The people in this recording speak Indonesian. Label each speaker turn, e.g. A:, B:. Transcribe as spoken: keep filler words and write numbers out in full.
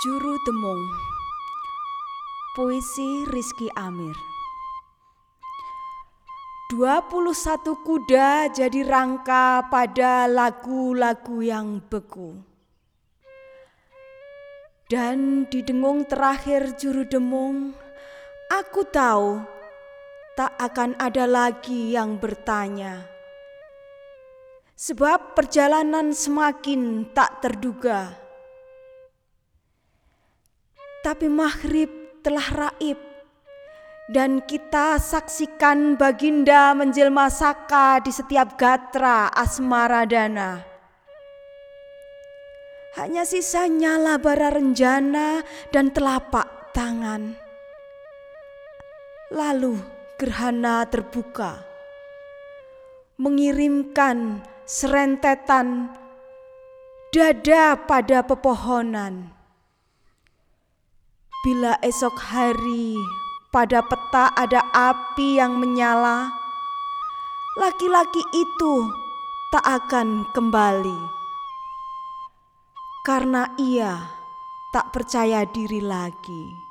A: Juru Demung. Puisi Rizky Amir. Dua puluh satu kuda jadi rangka pada lagu-lagu yang beku. Dan di dengung terakhir juru demung, aku tahu tak akan ada lagi yang bertanya. Sebab perjalanan semakin tak terduga. Tapi maghrib telah raib, dan kita saksikan baginda menjelma saka di setiap gatra asmaradana. Hanya sisa nyala bara renjana dan telapak tangan. Lalu gerhana terbuka, mengirimkan serentetan dada pada pepohonan. Bila esok hari pada peta ada api yang menyala, laki-laki itu tak akan kembali. Karena ia tak percaya diri lagi.